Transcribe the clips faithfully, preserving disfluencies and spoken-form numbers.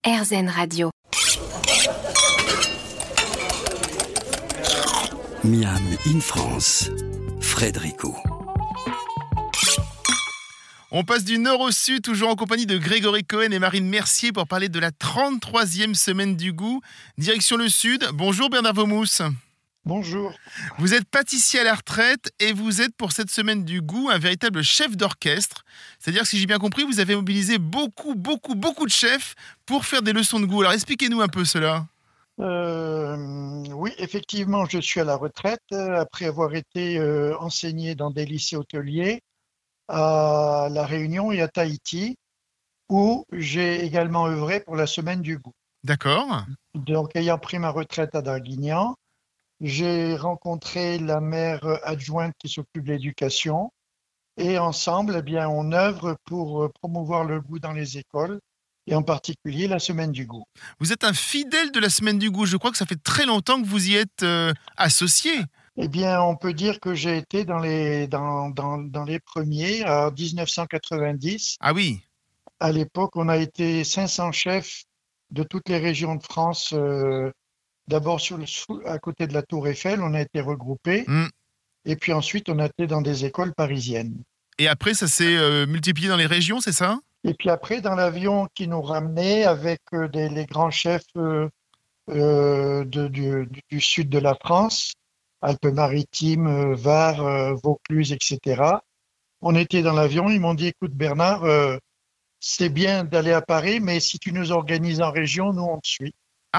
RZN Radio. Miam in France, Frédérico. On passe du nord au sud, toujours en compagnie de Grégory Cohen et Marine Mercier pour parler de la trente-troisième semaine du goût. Direction le sud. Bonjour Bernard Vomous. Bonjour. Vous êtes pâtissier à la retraite et vous êtes pour cette semaine du goût un véritable chef d'orchestre. C'est-à-dire que si j'ai bien compris, vous avez mobilisé beaucoup, beaucoup, beaucoup de chefs pour faire des leçons de goût. Alors expliquez-nous un peu cela. Euh, oui, effectivement, je suis à la retraite euh, après avoir été euh, enseigné dans des lycées hôteliers à La Réunion et à Tahiti, où j'ai également œuvré pour la semaine du goût. D'accord. Donc, ayant pris ma retraite à Draguignan, j'ai rencontré la maire adjointe qui s'occupe de l'éducation et ensemble, eh bien, on œuvre pour promouvoir le goût dans les écoles et en particulier la semaine du goût. Vous êtes un fidèle de la semaine du goût. Je crois que ça fait très longtemps que vous y êtes euh, associé. Eh bien, on peut dire que j'ai été dans les, dans, dans, dans les premiers en dix-neuf cent quatre-vingt-dix. Ah oui. À l'époque, on a été cinq cents chefs de toutes les régions de France. Euh, d'abord sur le, à côté de la Tour Eiffel, on a été regroupés. Mm. Et puis ensuite, on a été dans des écoles parisiennes. Et après, ça s'est euh, multiplié dans les régions, c'est ça ? Et puis après, dans l'avion qui nous ramenait avec euh, des, les grands chefs euh, euh, de, du, du sud de la France, Alpes-Maritimes, euh, Var, euh, Vaucluse, et cetera. On était dans l'avion, ils m'ont dit, écoute Bernard, euh, c'est bien d'aller à Paris, mais si tu nous organises en région, nous on te suit.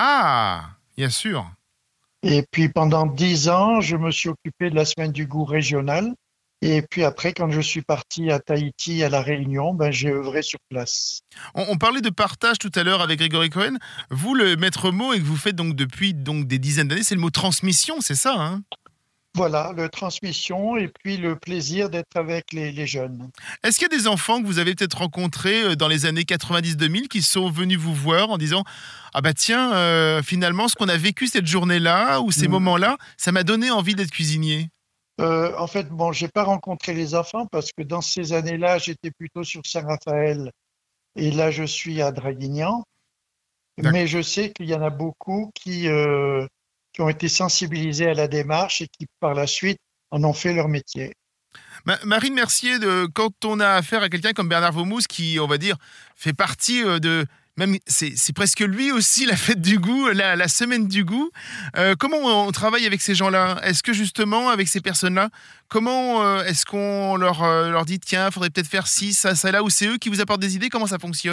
Ah, bien sûr. Et puis pendant dix ans, je me suis occupé de la semaine du goût régionale. Et puis après, quand je suis parti à Tahiti, à La Réunion, ben, j'ai œuvré sur place. On, on parlait de partage tout à l'heure avec Grégory Cohen. Vous, le maître mot, et que vous faites donc depuis donc, des dizaines d'années, c'est le mot transmission, c'est ça hein ? Voilà, le transmission et puis le plaisir d'être avec les, les jeunes. Est-ce qu'il y a des enfants que vous avez peut-être rencontrés dans les années quatre-vingt-dix deux mille qui sont venus vous voir en disant « Ah bah tiens, euh, finalement, ce qu'on a vécu cette journée-là ou ces mmh. moments-là, ça m'a donné envie d'être cuisinier ». Euh, en fait, bon, j'ai pas rencontré les enfants parce que dans ces années-là, j'étais plutôt sur Saint-Raphaël et là, je suis à Draguignan. D'accord. Mais je sais qu'il y en a beaucoup qui, euh, qui ont été sensibilisés à la démarche et qui, par la suite, en ont fait leur métier. Ma- Marine Mercier, de, quand on a affaire à quelqu'un comme Bernard Vomous qui, on va dire, fait partie de... Même, c'est, c'est presque lui aussi, la fête du goût, la, la semaine du goût. Euh, comment on travaille avec ces gens-là ? Est-ce que justement, avec ces personnes-là, comment euh, est-ce qu'on leur, euh, leur dit, tiens, il faudrait peut-être faire ci, ça, ça, là, ou c'est eux qui vous apportent des idées ? Comment ça fonctionne ?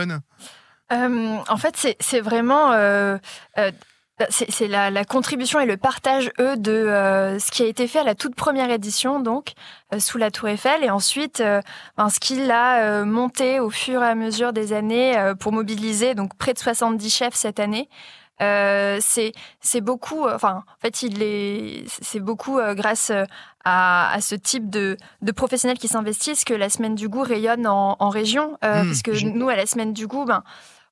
euh, En fait, c'est, c'est vraiment... Euh, euh, c'est, c'est la, la contribution et le partage, eux, de euh, ce qui a été fait à la toute première édition, donc, euh, sous la Tour Eiffel, et ensuite, euh, ben, ce qu'il a euh, monté au fur et à mesure des années euh, pour mobiliser, donc, près de soixante-dix chefs cette année. Euh, c'est, c'est beaucoup, enfin, en fait, il est, c'est beaucoup euh, grâce à, à ce type de, de professionnels qui s'investissent que la Semaine du goût rayonne en, en région, euh, mmh, parce que j'ai... nous, à la Semaine du goût, ben,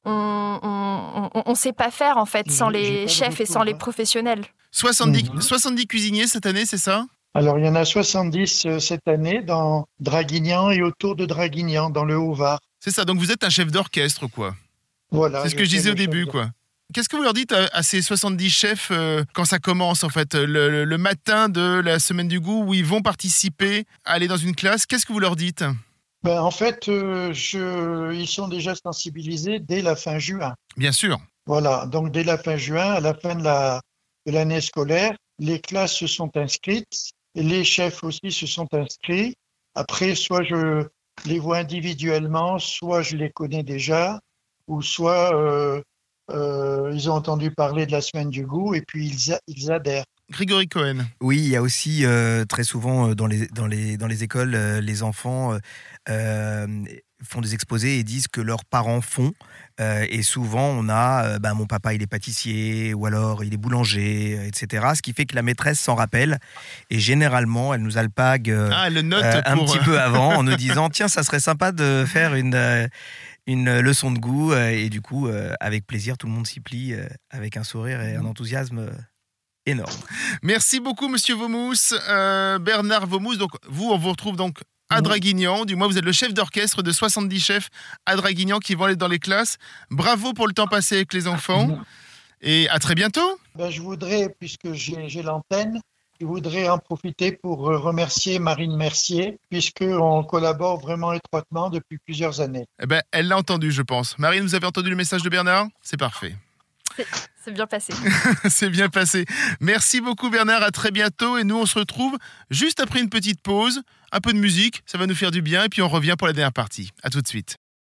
on on, on, on sait pas faire, en fait, sans les chefs et sans les professionnels. soixante-dix, mmh. soixante-dix cuisiniers cette année, c'est ça ? Alors, il y en a soixante-dix euh, cette année dans Draguignan et autour de Draguignan, dans le Haut-Var. C'est ça, donc vous êtes un chef d'orchestre, quoi. Voilà. C'est ce que je disais au début, quoi. Qu'est-ce que vous leur dites à, à ces soixante-dix chefs euh, quand ça commence, en fait, le, le, le matin de la semaine du goût où ils vont participer, aller dans une classe ? Qu'est-ce que vous leur dites ? Ben, en fait, euh, je... ils sont déjà sensibilisés dès la fin juin. Bien sûr. Voilà, donc dès la fin juin, à la fin de, la... de l'année scolaire, les classes se sont inscrites, et les chefs aussi se sont inscrits. Après, soit je les vois individuellement, soit je les connais déjà, ou soit euh, euh, ils ont entendu parler de la semaine du goût, et puis ils, a... ils adhèrent. Grégory Cohen. Oui, il y a aussi euh, très souvent euh, dans, les, dans, les, dans les écoles, euh, les enfants euh, font des exposés et disent que leurs parents font. Euh, et souvent, on a euh, ben, mon papa, il est pâtissier, ou alors il est boulanger, et cetera. Ce qui fait que la maîtresse s'en rappelle. Et généralement, elle nous alpague euh, ah, le note euh, un pour... petit peu avant en nous disant tiens, ça serait sympa de faire une. Euh, une leçon de goût. Euh, et du coup, euh, avec plaisir, tout le monde s'y plie euh, avec un sourire et un enthousiasme. Euh, énorme. Merci beaucoup, monsieur Vomous. Euh, Bernard Vomous, donc vous, on vous retrouve donc à Mmh. Draguignan. Du moins, vous êtes le chef d'orchestre de soixante-dix chefs à Draguignan qui vont aller dans les classes. Bravo pour le temps passé avec les enfants. Mmh. Et à très bientôt. Ben, je voudrais, puisque j'ai j'ai l'antenne, je voudrais en profiter pour euh, remercier Marine Mercier, puisqu'on collabore vraiment étroitement depuis plusieurs années. Eh ben, elle l'a entendu, je pense. Marine, vous avez entendu le message de Bernard ? C'est parfait. C'est- C'est bien passé. C'est bien passé. Merci beaucoup Bernard, à très bientôt. Et nous, on se retrouve juste après une petite pause. Un peu de musique, ça va nous faire du bien. Et puis on revient pour la dernière partie. À tout de suite.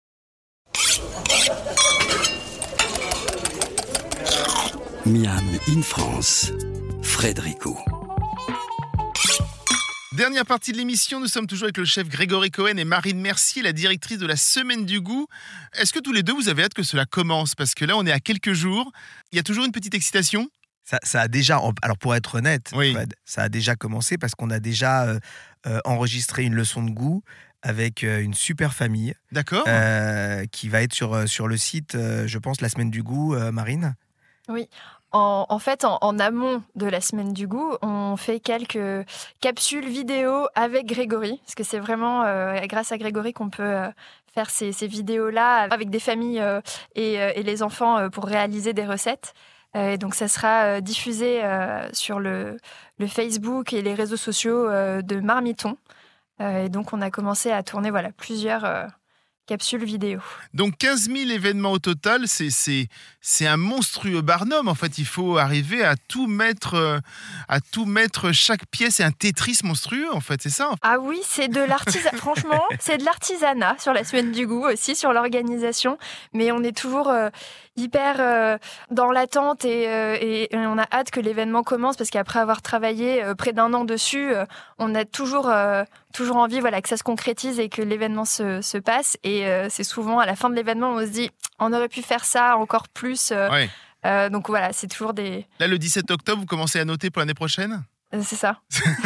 Miam in France, Frédérico. Dernière partie de l'émission, nous sommes toujours avec le chef Grégory Cohen et Marine Mercier, la directrice de la Semaine du Goût. Est-ce que tous les deux, vous avez hâte que cela commence ? Parce que là, on est à quelques jours. Il y a toujours une petite excitation ? Ça, ça a déjà, alors pour être honnête, Oui. Fred, ça a déjà commencé parce qu'on a déjà euh, euh, enregistré une leçon de goût avec euh, une super famille D'accord. euh, qui va être sur, euh, sur le site, euh, je pense, la Semaine du Goût, euh, Marine. Oui. En, en fait, en, en amont de la Semaine du Goût, on fait quelques capsules vidéo avec Grégory, parce que c'est vraiment euh, grâce à Grégory qu'on peut euh, faire ces, ces vidéos-là avec des familles euh, et, euh, et les enfants euh, pour réaliser des recettes. Euh, et donc, ça sera euh, diffusé euh, sur le, le Facebook et les réseaux sociaux euh, de Marmiton. Euh, et donc, on a commencé à tourner voilà, plusieurs euh, capsules vidéo. Donc quinze mille événements au total, c'est, c'est, c'est un monstrueux barnum. En fait, il faut arriver à tout mettre, euh, à tout mettre, chaque pièce est un Tetris monstrueux, en fait, c'est ça ? Ah oui, c'est de l'artisanat. Franchement, c'est de l'artisanat sur la Semaine du Goût aussi, sur l'organisation. Mais on est toujours euh, hyper euh, dans l'attente et, euh, et, et on a hâte que l'événement commence parce qu'après avoir travaillé euh, près d'un an dessus, euh, on a toujours, euh, toujours envie voilà, que ça se concrétise et que l'événement se, se passe. Et euh, c'est souvent à la fin de l'événement, on se dit on aurait pu faire ça encore plus. euh, Ouais. euh, donc voilà, c'est toujours des. Là, le dix-sept octobre, vous commencez à noter pour l'année prochaine ? euh, C'est ça.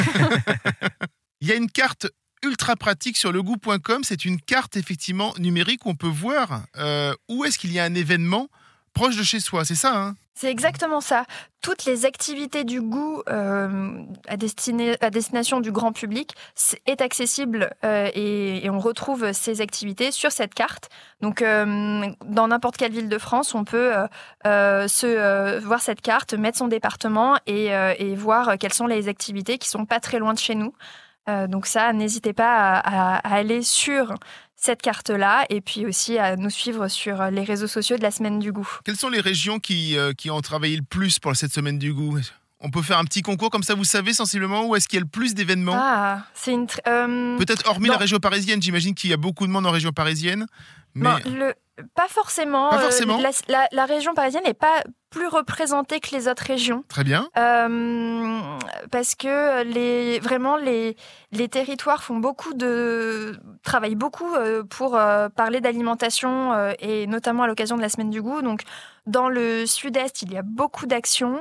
Il y a une carte ultra pratique sur legout point com. C'est une carte effectivement numérique où on peut voir euh, où est-ce qu'il y a un événement proche de chez soi. C'est ça, hein ? C'est exactement ça. Toutes les activités du goût euh, à, destiné- à destination du grand public c'est- est accessible euh, et, et on retrouve ces activités sur cette carte. Donc, euh, dans n'importe quelle ville de France, on peut euh, euh, se, euh, voir cette carte, mettre son département et, euh, et voir quelles sont les activités qui sont pas très loin de chez nous. Euh, donc ça, n'hésitez pas à, à- à aller sur cette carte-là et puis aussi à nous suivre sur les réseaux sociaux de la Semaine du Goût. Quelles sont les régions qui, euh, qui ont travaillé le plus pour cette semaine du goût ? On peut faire un petit concours comme ça, vous savez sensiblement où est-ce qu'il y a le plus d'événements ? Ah, c'est une. tr- euh, Peut-être hormis non. la région parisienne, j'imagine qu'il y a beaucoup de monde en région parisienne. Mais non, le, pas forcément. Pas euh, forcément. la, la- la région parisienne n'est pas plus représentée que les autres régions. très bien. Euh, parce que les, vraiment, les, les territoires font beaucoup de, travaillent beaucoup euh, pour euh, parler d'alimentation euh, et notamment à l'occasion de la Semaine du Goût. Donc, dans le sud-est, il y a beaucoup d'actions.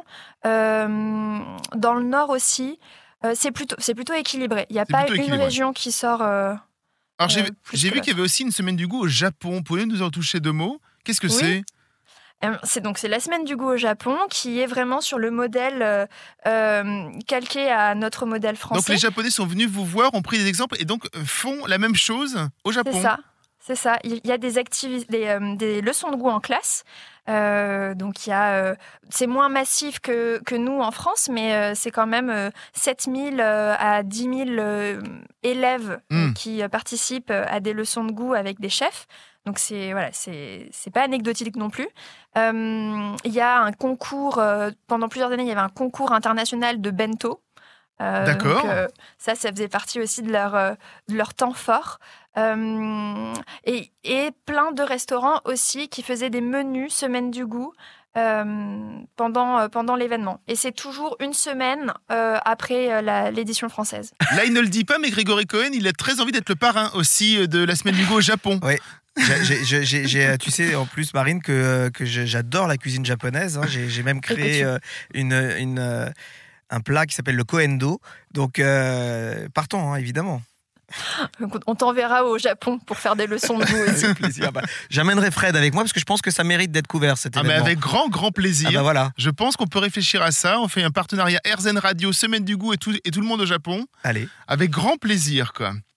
Euh, dans le nord aussi. Euh, c'est plutôt, c'est plutôt équilibré. Il n'y a C'est pas plutôt une équilibré. région qui sort. euh, Alors j'ai, euh, plus j'ai que vu qu'il y avait aussi une semaine du goût au Japon. Pouvez-vous nous en toucher deux mots ? Qu'est-ce que Oui. c'est ? Euh, C'est donc c'est la Semaine du Goût au Japon qui est vraiment sur le modèle euh, euh, calqué à notre modèle français. Donc les Japonais sont venus vous voir, ont pris des exemples et donc euh, font la même chose au Japon. C'est ça, c'est ça. Il y a des activités, des, euh, des leçons de goût en classe. Euh, donc il y a, euh, c'est moins massif que, que nous en France, mais euh, c'est quand même euh, sept mille euh, à dix mille euh, élèves euh, Mm. qui euh, participent à des leçons de goût avec des chefs. Donc c'est voilà, c'est c'est pas anecdotique non plus. Euh, Il y a un concours euh, pendant plusieurs années, il y avait un concours international de bento. Euh, D'accord. donc, euh, ça, ça faisait partie aussi de leur euh, de leur temps fort. Euh, et, et plein de restaurants aussi qui faisaient des menus semaine du goût euh, pendant euh, pendant l'événement. Et c'est toujours une semaine euh, après euh, la- l'édition française. Là, il ne le dit pas, mais Grégory Cohen, il a très envie d'être le parrain aussi euh, de la semaine du goût au Japon. Ouais. J'ai- j'ai- j'ai- j'ai- j'ai- tu sais, en plus, Marine, que, que je- j'adore la cuisine japonaise. hein. J'ai j'ai même créé euh, une, une, euh, un plat qui s'appelle le koendo. Donc, euh, partant, hein, évidemment. Donc, on t'enverra au Japon pour faire des leçons de goût aussi. Avec plaisir. Bah, j'amènerai Fred avec moi parce que je pense que ça mérite d'être couvert cet Ah, mais événement. avec grand, grand plaisir. Ah bah voilà, Je pense qu'on peut réfléchir à ça. On fait un partenariat R Z N Radio, Semaine du goût et tout, et tout le monde au Japon. allez. Avec grand plaisir, quoi.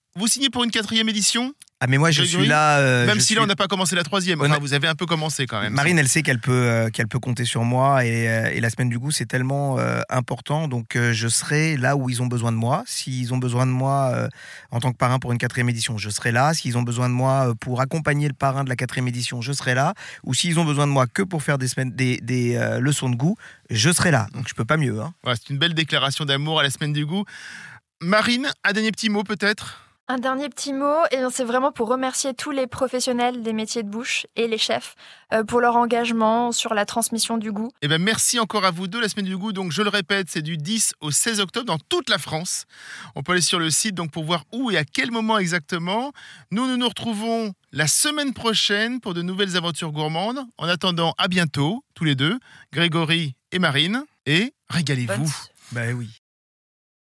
vous signez pour une quatrième édition ? Ah mais moi je Grégory, suis là. euh, Même je si suis... là on n'a pas commencé la troisième, On enfin, a- vous avez un peu commencé quand même. Marine, elle sait qu'elle peut, euh, qu'elle peut compter sur moi et, euh, et la semaine du goût c'est tellement euh, important, donc euh, je serai là où ils ont besoin de moi. S'ils ont besoin de moi euh, en tant que parrain pour une quatrième édition, je serai là. S'ils ont besoin de moi euh, pour accompagner le parrain de la quatrième édition, je serai là. Ou s'ils ont besoin de moi que pour faire des semaines, des, des euh, leçons de goût, je serai là. Donc je peux pas mieux. Hein. Voilà, c'est une belle déclaration d'amour à la semaine du goût. Marine, un dernier petit mot peut-être ? Un dernier petit mot, et c'est vraiment pour remercier tous les professionnels des métiers de bouche et les chefs euh, pour leur engagement sur la transmission du goût. Eh ben merci encore à vous deux. La semaine du goût, donc je le répète, c'est du dix au seize octobre dans toute la France. On peut aller sur le site donc pour voir où et à quel moment exactement. Nous, nous nous retrouvons la semaine prochaine pour de nouvelles aventures gourmandes. En attendant, à bientôt, tous les deux, Grégory et Marine, et régalez-vous. Bonne- Bah oui.